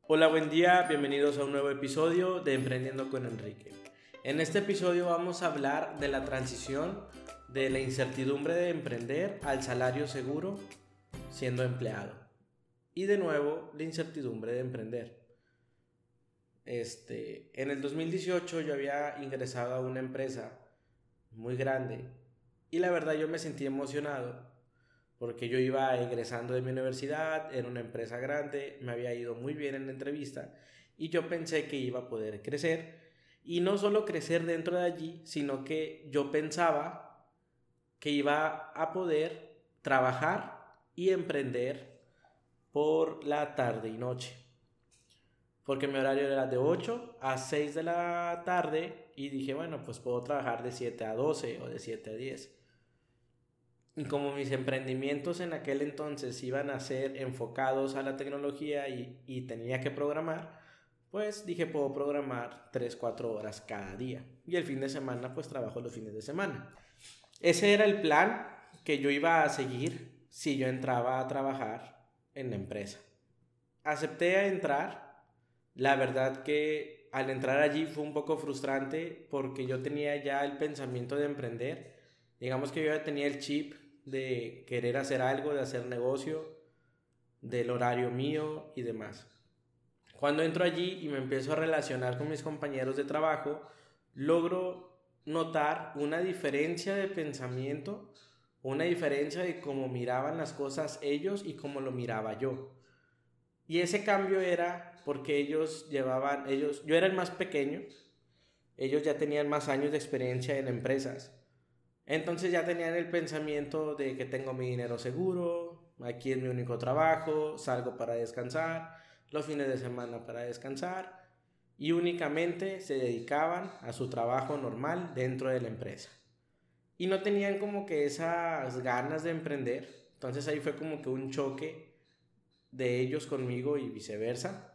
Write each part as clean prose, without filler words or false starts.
Hola, buen día, bienvenidos a un nuevo episodio de Emprendiendo con Enrique. En este episodio vamos a hablar de la transición de la incertidumbre de emprender al salario seguro siendo empleado. Y de nuevo, la incertidumbre de emprender. En el 2018 yo había ingresado a una empresa muy grande y la verdad yo me sentí emocionado porque yo iba egresando de mi universidad, era una empresa grande, me había ido muy bien en la entrevista y yo pensé que iba a poder crecer. Y no solo crecer dentro de allí, sino que yo pensaba que iba a poder trabajar y emprender por la tarde y noche. Porque mi horario era de 8 a 6 de la tarde y dije, bueno, pues puedo trabajar de 7 a 12 o de 7 a 10. Y como mis emprendimientos en aquel entonces iban a ser enfocados a la tecnología y tenía que programar, pues dije puedo programar 3 4 horas cada día. Y el fin de semana pues trabajo los fines de semana. Ese era el plan que yo iba a seguir si yo entraba a trabajar en la empresa. Acepté a entrar. La verdad que al entrar allí fue un poco frustrante porque yo tenía ya el pensamiento de emprender. Digamos que yo ya tenía el chip de querer hacer algo, de hacer negocio, del horario mío y demás. Cuando entro allí y me empiezo a relacionar con mis compañeros de trabajo, logro notar una diferencia de pensamiento, una diferencia de cómo miraban las cosas ellos y cómo lo miraba yo. Y ese cambio era porque yo era el más pequeño, ellos ya tenían más años de experiencia en empresas. Entonces ya tenían el pensamiento de que tengo mi dinero seguro, aquí es mi único trabajo, salgo para descansar, los fines de semana para descansar y únicamente se dedicaban a su trabajo normal dentro de la empresa. Y no tenían como que esas ganas de emprender. Entonces ahí fue como que un choque de ellos conmigo y viceversa,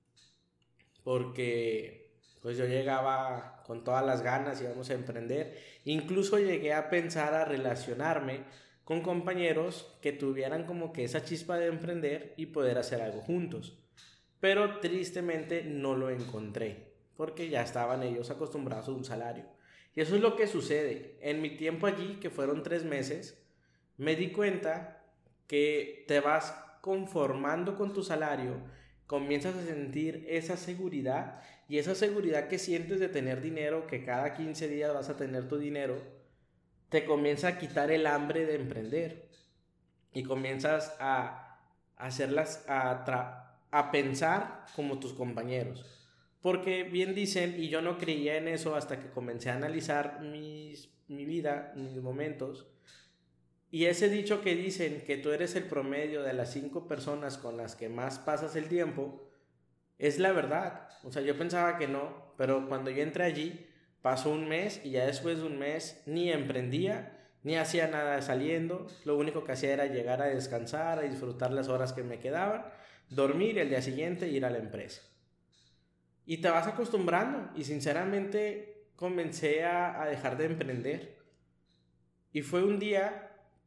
porque pues yo llegaba con todas las ganas y íbamos a emprender. Incluso llegué a pensar a relacionarme con compañeros que tuvieran como que esa chispa de emprender y poder hacer algo juntos. Pero tristemente no lo encontré, porque ya estaban ellos acostumbrados a un salario. Y eso es lo que sucede. En mi tiempo allí, que fueron 3 meses, me di cuenta que te vas conformando con tu salario, comienzas a sentir esa seguridad y esa seguridad que sientes de tener dinero, que cada 15 días vas a tener tu dinero, te comienza a quitar el hambre de emprender y comienzas a hacerlas, a pensar como tus compañeros. Porque bien dicen, y yo no creía en eso hasta que comencé a analizar mi vida, mis momentos, y ese dicho que dicen que tú eres el promedio de las 5 personas con las que más pasas el tiempo, es la verdad. O sea, yo pensaba que no, pero cuando yo entré allí, pasó un mes y ya después de un mes ni emprendía, ni hacía nada saliendo. Lo único que hacía era llegar a descansar, a disfrutar las horas que me quedaban, dormir y el día siguiente ir a la empresa. Y te vas acostumbrando y sinceramente comencé a dejar de emprender. Y fue un día,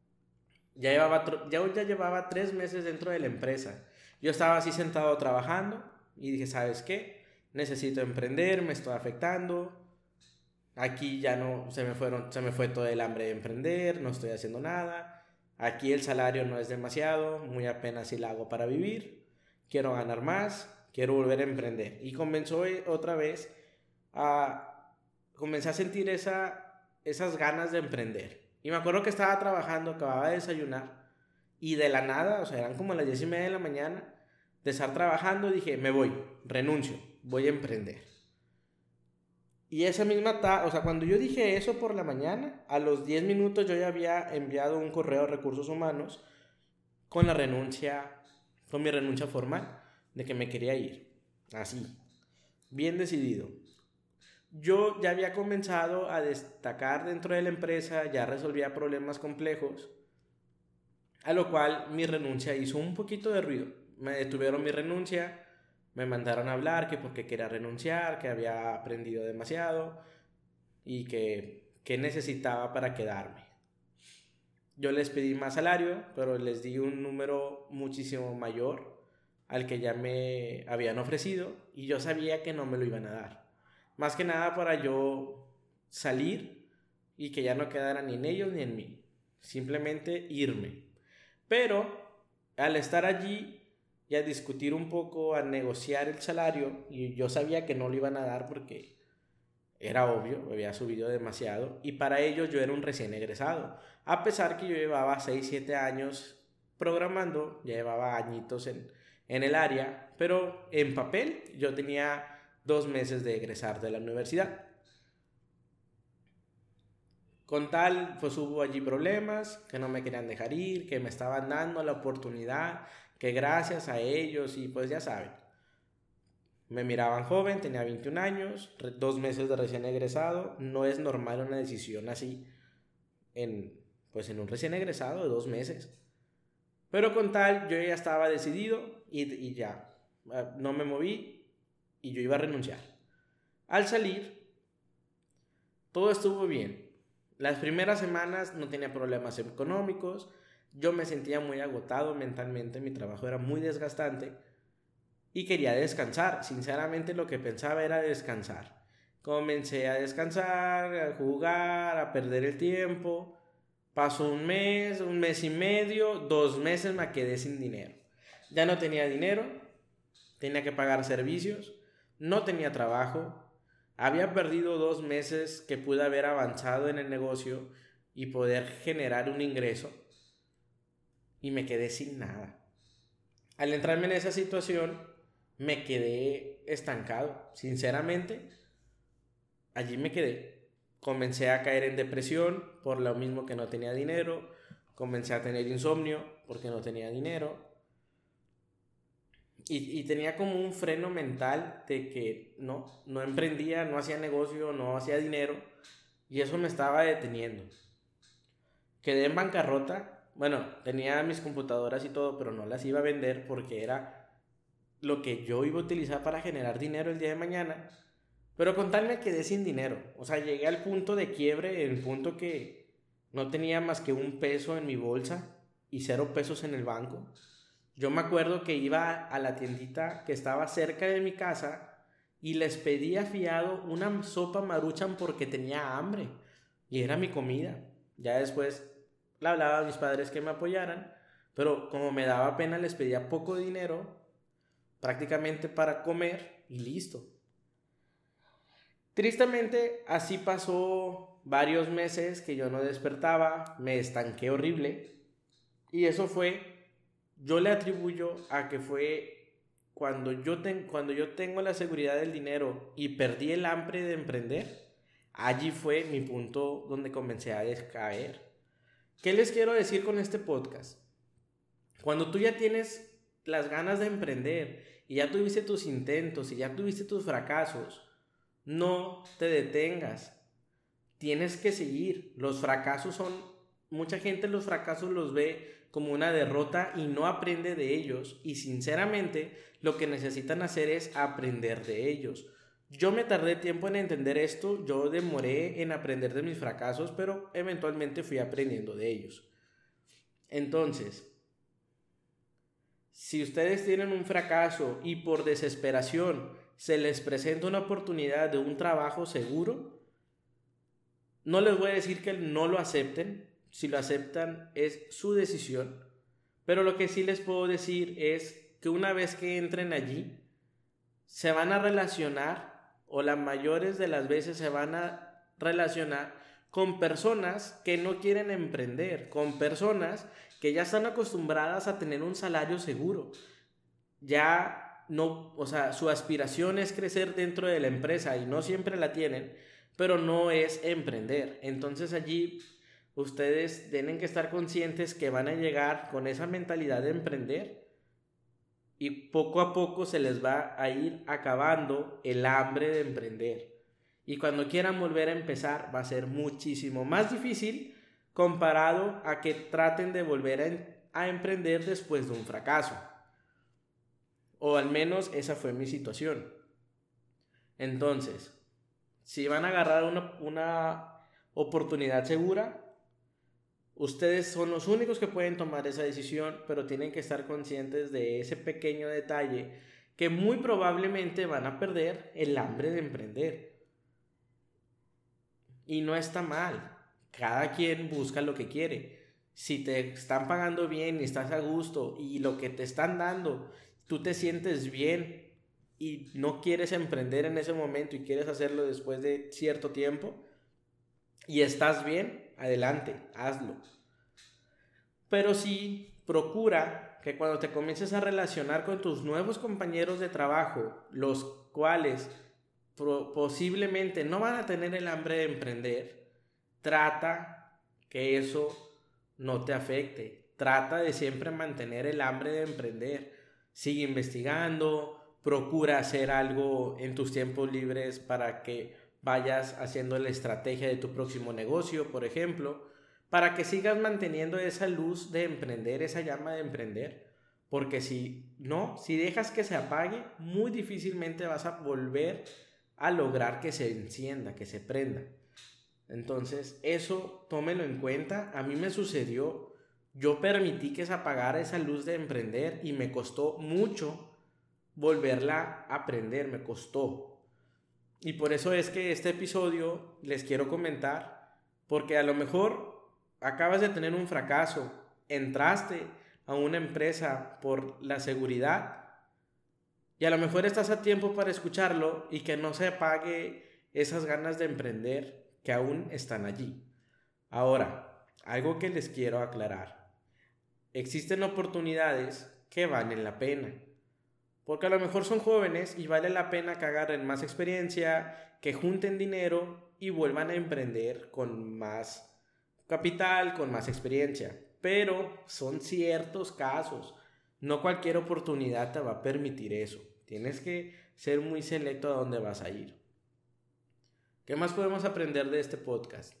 ya llevaba 3 meses dentro de la empresa. Yo estaba así sentado trabajando y dije, ¿sabes qué? Necesito emprender, me estoy afectando. Aquí ya no, se me fue todo el hambre de emprender, no estoy haciendo nada. Aquí el salario no es demasiado, muy apenas si la hago para vivir. Quiero ganar más, quiero volver a emprender. Y comenzó otra vez comencé a sentir esas ganas de emprender. Y me acuerdo que estaba trabajando, acababa de desayunar y de la nada, o sea, eran como las 10:30 de la mañana, de estar trabajando, dije, me voy, renuncio, voy a emprender. Y esa misma tarde, o sea, cuando yo dije eso por la mañana, a los 10 minutos yo ya había enviado un correo a Recursos Humanos con la renuncia, con mi renuncia formal de que me quería ir. Así, bien decidido. Yo ya había comenzado a destacar dentro de la empresa, ya resolvía problemas complejos, a lo cual mi renuncia hizo un poquito de ruido. Me detuvieron mi renuncia, me mandaron a hablar que porque quería renunciar, que había aprendido demasiado y que necesitaba para quedarme. Yo les pedí más salario, pero les di un número muchísimo mayor al que ya me habían ofrecido y yo sabía que no me lo iban a dar. Más que nada para yo salir y que ya no quedara ni en ellos ni en mí. Simplemente irme. Pero al estar allí y a discutir un poco, a negociar el salario, y yo sabía que no lo iban a dar porque era obvio, había subido demasiado, y para ellos yo era un recién egresado, a pesar que yo llevaba 6 7 años programando, ya llevaba añitos en el área, pero en papel yo tenía 2 meses de egresar de la universidad. Con tal, pues hubo allí problemas, que no me querían dejar ir, que me estaban dando la oportunidad, que gracias a ellos, y pues ya saben, me miraban joven, tenía 21 años, 2 meses de recién egresado, no es normal una decisión así pues en un recién egresado de 2 meses. Pero con tal, yo ya estaba decidido y ya, no me moví y yo iba a renunciar. Al salir, todo estuvo bien. Las primeras semanas no tenía problemas económicos, yo me sentía muy agotado mentalmente, mi trabajo era muy desgastante y quería descansar. Sinceramente lo que pensaba era descansar. Comencé a descansar, a jugar, a perder el tiempo. Pasó un mes y medio, 2 meses me quedé sin dinero. Ya no tenía dinero, tenía que pagar servicios, no tenía trabajo. Había perdido 2 meses que pude haber avanzado en el negocio y poder generar un ingreso y me quedé sin nada. Al entrarme en esa situación me quedé estancado. Sinceramente, allí me quedé. Comencé a caer en depresión por lo mismo que no tenía dinero. Comencé a tener insomnio porque no tenía dinero. Y tenía como un freno mental de que no emprendía, no hacía negocio, no hacía dinero. Y eso me estaba deteniendo. Quedé en bancarrota. Bueno, tenía mis computadoras y todo, pero no las iba a vender porque era lo que yo iba a utilizar para generar dinero el día de mañana. Pero con tal me quedé sin dinero. O sea, llegué al punto de quiebre, el punto que no tenía más que 1 peso en mi bolsa y 0 pesos en el banco. Yo me acuerdo que iba a la tiendita que estaba cerca de mi casa y les pedía fiado una sopa Maruchan porque tenía hambre y era mi comida. Ya después le hablaba a mis padres que me apoyaran, pero como me daba pena les pedía poco dinero prácticamente para comer y listo. Tristemente, así pasó varios meses que yo no despertaba, me estanqué horrible. Y eso yo le atribuyo a que fue cuando yo tengo la seguridad del dinero y perdí el hambre de emprender, allí fue mi punto donde comencé a descaer. ¿Qué les quiero decir con este podcast? Cuando tú ya tienes las ganas de emprender y ya tuviste tus intentos y ya tuviste tus fracasos, no te detengas. Tienes que seguir. Mucha gente los fracasos los ve como una derrota y no aprende de ellos. Y sinceramente, lo que necesitan hacer es aprender de ellos. Yo me tardé tiempo en entender esto, yo demoré en aprender de mis fracasos, pero eventualmente fui aprendiendo de ellos. Entonces, si ustedes tienen un fracaso y por desesperación se les presenta una oportunidad de un trabajo seguro, no les voy a decir que no lo acepten. Si lo aceptan es su decisión. Pero lo que sí les puedo decir es que una vez que entren allí, se van a relacionar, o las mayores de las veces se van a relacionar con personas que no quieren emprender, con personas que ya están acostumbradas a tener un salario seguro. Ya no, o sea, su aspiración es crecer dentro de la empresa y no siempre la tienen, pero no es emprender. Entonces allí ustedes tienen que estar conscientes que van a llegar con esa mentalidad de emprender y poco a poco se les va a ir acabando el hambre de emprender. Y cuando quieran volver a empezar va a ser muchísimo más difícil comparado a que traten de volver a emprender después de un fracaso. O al menos esa fue mi situación. Entonces, si van a agarrar una oportunidad segura, Ustedes son los únicos que pueden tomar esa decisión, pero tienen que estar conscientes de ese pequeño detalle que muy probablemente van a perder el hambre de emprender. Y no está mal. Cada quien busca lo que quiere. Si te están pagando bien y estás a gusto y lo que te están dando, tú te sientes bien y no quieres emprender en ese momento y quieres hacerlo después de cierto tiempo y estás bien, adelante, hazlo. Pero sí, procura que cuando te comiences a relacionar con tus nuevos compañeros de trabajo, los cuales posiblemente no van a tener el hambre de emprender, trata que eso no te afecte. Trata de siempre mantener el hambre de emprender. Sigue investigando, procura hacer algo en tus tiempos libres para que vayas haciendo la estrategia de tu próximo negocio, por ejemplo, para que sigas manteniendo esa luz de emprender, esa llama de emprender. Porque si no, si dejas que se apague, muy difícilmente vas a volver a lograr que se encienda, que se prenda. Entonces, eso tómelo en cuenta. A mí me sucedió, yo permití que se apagara esa luz de emprender y me costó mucho volverla a prender, me costó. Y por eso es que este episodio les quiero comentar, porque a lo mejor acabas de tener un fracaso, entraste a una empresa por la seguridad y a lo mejor estás a tiempo para escucharlo y que no se apague esas ganas de emprender que aún están allí. Ahora, algo que les quiero aclarar. Existen oportunidades que valen la pena. Porque a lo mejor son jóvenes y vale la pena que agarren más experiencia, que junten dinero y vuelvan a emprender con más capital, con más experiencia. Pero son ciertos casos. No cualquier oportunidad te va a permitir eso. Tienes que ser muy selecto a dónde vas a ir. ¿Qué más podemos aprender de este podcast?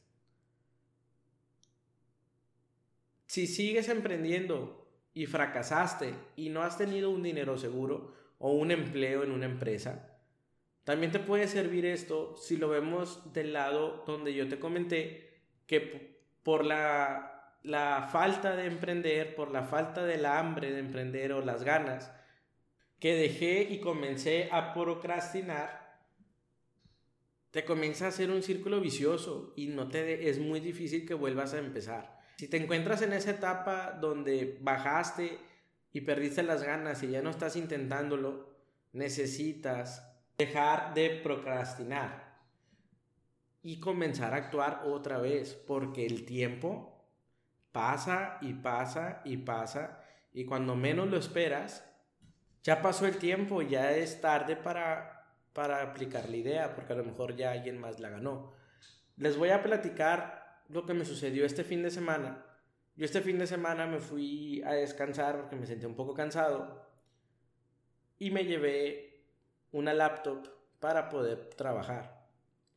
Si sigues emprendiendo y fracasaste y no has tenido un dinero seguro o un empleo en una empresa, también te puede servir esto si lo vemos del lado donde yo te comenté que por la falta de emprender, por la falta del hambre de emprender o las ganas, que dejé y comencé a procrastinar, te comienza a hacer un círculo vicioso y es muy difícil que vuelvas a empezar. Si te encuentras en esa etapa donde bajaste y perdiste las ganas y ya no estás intentándolo, necesitas dejar de procrastinar y comenzar a actuar otra vez, porque el tiempo pasa y pasa y pasa y cuando menos lo esperas, ya pasó el tiempo, ya es tarde para aplicar la idea, porque a lo mejor ya alguien más la ganó. Les voy a platicar lo que me sucedió este fin de semana. Yo este fin de semana me fui a descansar porque me sentí un poco cansado y me llevé una laptop para poder trabajar.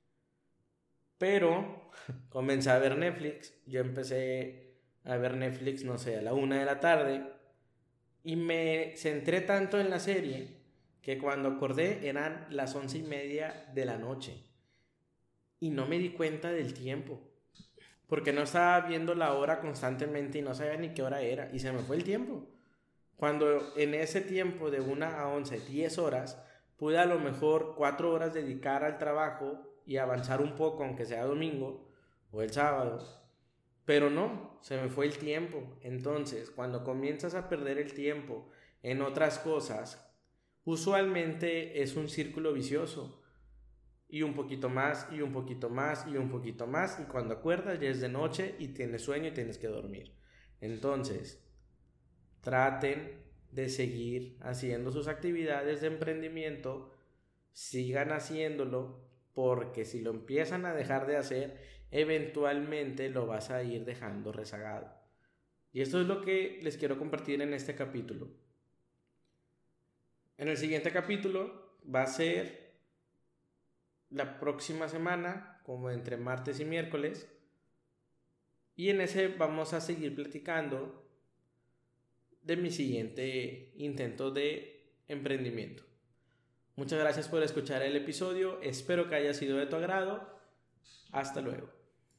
Pero comencé a ver Netflix. Yo empecé a ver Netflix, no sé, a la 1 de la tarde y me centré tanto en la serie que cuando acordé eran las 11:30 de la noche y no me di cuenta del tiempo porque no estaba viendo la hora constantemente y no sabía ni qué hora era y se me fue el tiempo. Cuando en ese tiempo de 1 a 11, 10 horas, pude a lo mejor 4 horas dedicar al trabajo y avanzar un poco, aunque sea domingo o el sábado. Pero no, se me fue el tiempo. Entonces, cuando comienzas a perder el tiempo en otras cosas, usualmente es un círculo vicioso. Y un poquito más, y un poquito más, y un poquito más. Y cuando acuerdas ya es de noche y tienes sueño y tienes que dormir. Entonces, traten de seguir haciendo sus actividades de emprendimiento. Sigan haciéndolo porque si lo empiezan a dejar de hacer, eventualmente lo vas a ir dejando rezagado. Y esto es lo que les quiero compartir en este capítulo. En el siguiente capítulo va a ser la próxima semana, como entre martes y miércoles, y en ese vamos a seguir platicando de mi siguiente intento de emprendimiento. Muchas gracias por escuchar el episodio, espero que haya sido de tu agrado. Hasta luego.